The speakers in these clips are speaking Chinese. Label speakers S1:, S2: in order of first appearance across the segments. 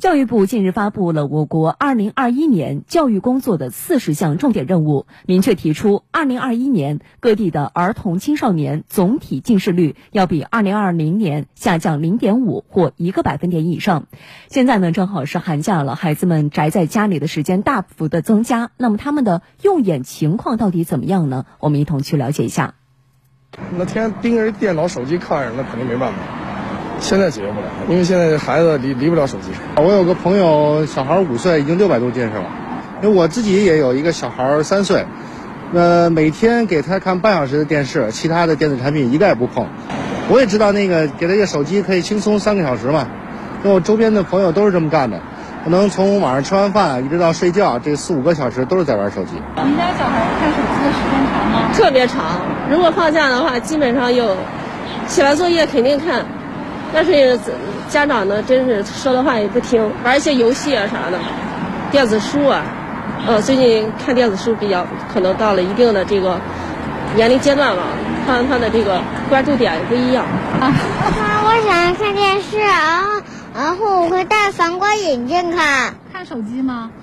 S1: 教育部近日发布了我国2021年教育工作的40项重点任务，明确提出2021年各地的儿童青少年总体近视率要比2020年下降0.5或1个百分点以上。现在呢，正好是寒假了，孩子们宅在家里的时间大幅的增加，那么他们的用眼情况到底怎么样呢？我们一同去了解一下。
S2: 那天天盯着电脑手机看着，那肯定没办法。现在解决不了，因为现在孩子离不了手机。
S3: 我有个朋友，小孩5岁已经600度近视了。因为我自己也有一个小孩3岁，每天给他看半小时的电视，其他的电子产品一概不碰。我也知道给他一个手机可以轻松3个小时嘛，因为我周边的朋友都是这么干的，可能从晚上吃完饭一直到睡觉，这4、5个小时都是在玩手机。
S4: 您家小孩看手机的时间长吗？
S5: 特别长，如果放假的话，基本上写完作业肯定看。但是家长呢，真是说的话也不听，玩一些游戏啊啥的，电子书啊，最近看电子书比较可能到了一定的这个年龄阶段了，他的这个关注点也不一样。
S6: 我想看电视，然后我会戴反光眼镜看。
S4: 看手机吗？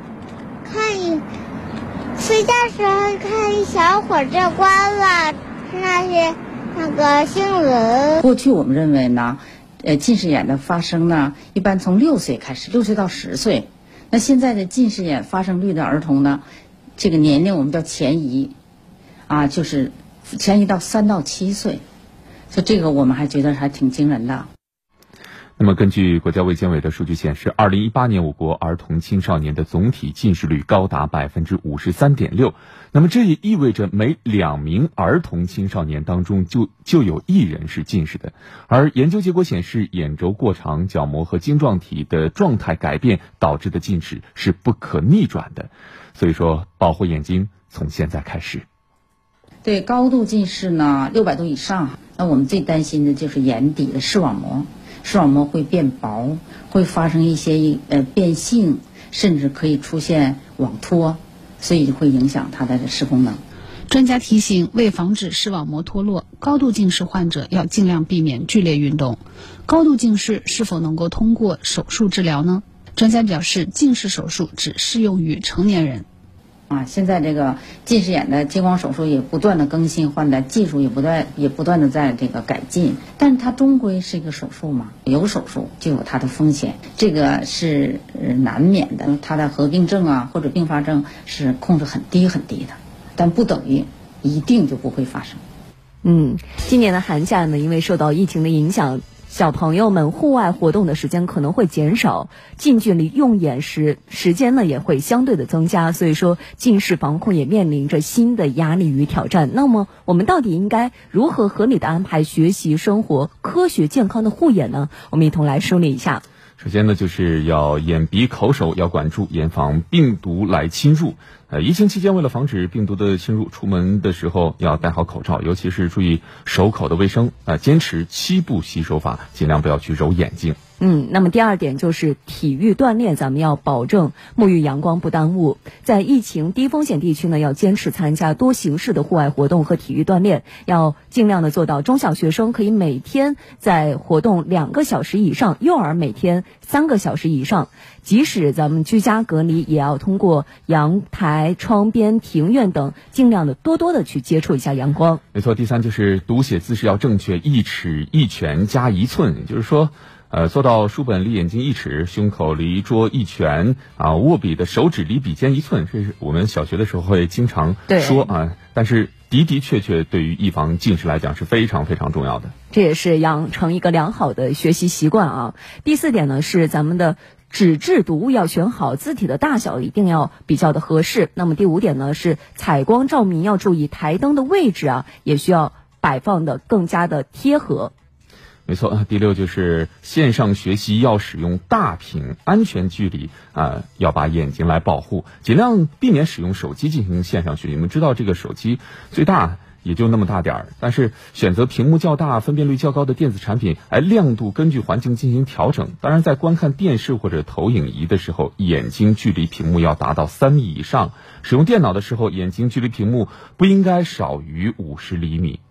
S6: 睡觉时候看一小会儿就关了，是那个新闻。
S7: 过去我们认为呢，近视眼的发生呢，一般从6岁开始，6岁到10岁。那现在的近视眼发生率的儿童呢，这个年龄我们叫前移，就是前移到3到7岁，所以这个我们还觉得还挺惊人的。
S8: 那么根据国家卫健委的数据显示，2018年我国儿童青少年的总体近视率高达53.6%，那么这也意味着每2名儿童青少年当中就有1人是近视的。而研究结果显示，眼轴过长、角膜和晶状体的状态改变导致的近视是不可逆转的，所以说保护眼睛从现在开始。
S7: 对高度近视呢，600度以上，那我们最担心的就是眼底的视网膜。视网膜会变薄，会发生一些变性，甚至可以出现网脱，所以会影响它的视功能。
S4: 专家提醒，为防止视网膜脱落，高度近视患者要尽量避免剧烈运动。高度近视是否能够通过手术治疗呢？专家表示，近视手术只适用于成年人。
S7: 现在这个近视眼的激光手术也不断的更新换代，技术也不断的在这个改进，但是它终归是一个手术嘛，有手术就有它的风险，这个是难免的。它的合并症或者并发症是控制很低很低的，但不等于一定就不会发生。
S1: 今年的寒假呢，因为受到疫情的影响，小朋友们户外活动的时间可能会减少，近距离用眼时间呢也会相对的增加，所以说近视防控也面临着新的压力与挑战。那么我们到底应该如何合理的安排学习、生活、科学健康的护眼呢？我们一同来梳理一下。
S8: 首先呢，就是要眼鼻口手要管住，严防病毒来侵入。疫情期间为了防止病毒的侵入，出门的时候要戴好口罩，尤其是注意手口的卫生，坚持7步洗手法，尽量不要去揉眼睛。
S1: 那么第二点就是体育锻炼，咱们要保证沐浴阳光不耽误。在疫情低风险地区呢，要坚持参加多形式的户外活动和体育锻炼，要尽量的做到中小学生可以每天在活动2个小时以上，幼儿每天3个小时以上。即使咱们居家隔离，也要通过阳台、窗边、庭院等，尽量的多的去接触一下阳光。
S8: 没错，第三就是读写姿势要正确，1尺1拳加1寸，也就是说做到书本离眼睛1尺，胸口离桌1拳握笔的手指离笔尖1寸，这是我们小学的时候会经常说但是的确对于预防近视来讲是非常非常重要的。
S1: 这也是养成一个良好的学习习惯第4点呢，是咱们的纸质读物要选好，字体的大小一定要比较的合适。那么第5点呢，是采光照明要注意，台灯的位置也需要摆放的更加的贴合。
S8: 没错，第6就是线上学习要使用大屏，安全距离要把眼睛来保护，尽量避免使用手机进行线上学习。你们知道这个手机最大也就那么大点儿，但是选择屏幕较大、分辨率较高的电子产品，亮度根据环境进行调整。当然，在观看电视或者投影仪的时候，眼睛距离屏幕要达到3米以上；使用电脑的时候，眼睛距离屏幕不应该少于50厘米。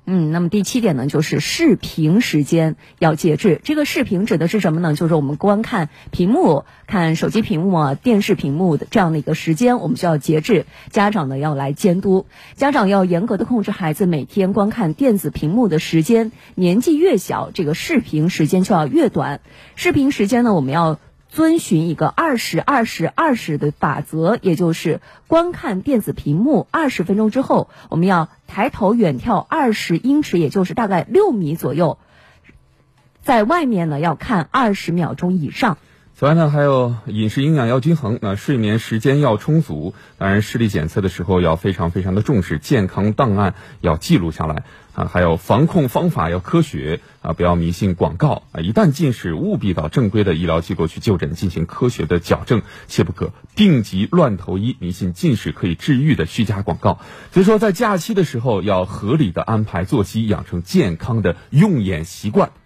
S1: 那么第7点呢，就是视频时间要节制。这个视频指的是什么呢？就是我们观看屏幕、看手机屏幕啊、电视屏幕的这样的一个时间，我们需要节制。家长呢要来监督，家长要严格的控制孩子每天观看电子屏幕的时间，年纪越小，这个视频时间就要越短。视频时间呢，我们要遵循一个20-20-20的法则，也就是观看电子屏幕20分钟之后，我们要抬头远眺20英尺，也就是大概6米左右，在外面呢要看20秒钟以上。
S8: 此外呢，还有饮食营养要均衡，睡眠时间要充足。当然，视力检测的时候要非常的重视，健康档案要记录下来还有防控方法要科学不要迷信广告一旦近视，务必到正规的医疗机构去就诊，进行科学的矫正，切不可病急乱投医，迷信近视可以治愈的虚假广告。所以说，在假期的时候要合理的安排作息，养成健康的用眼习惯。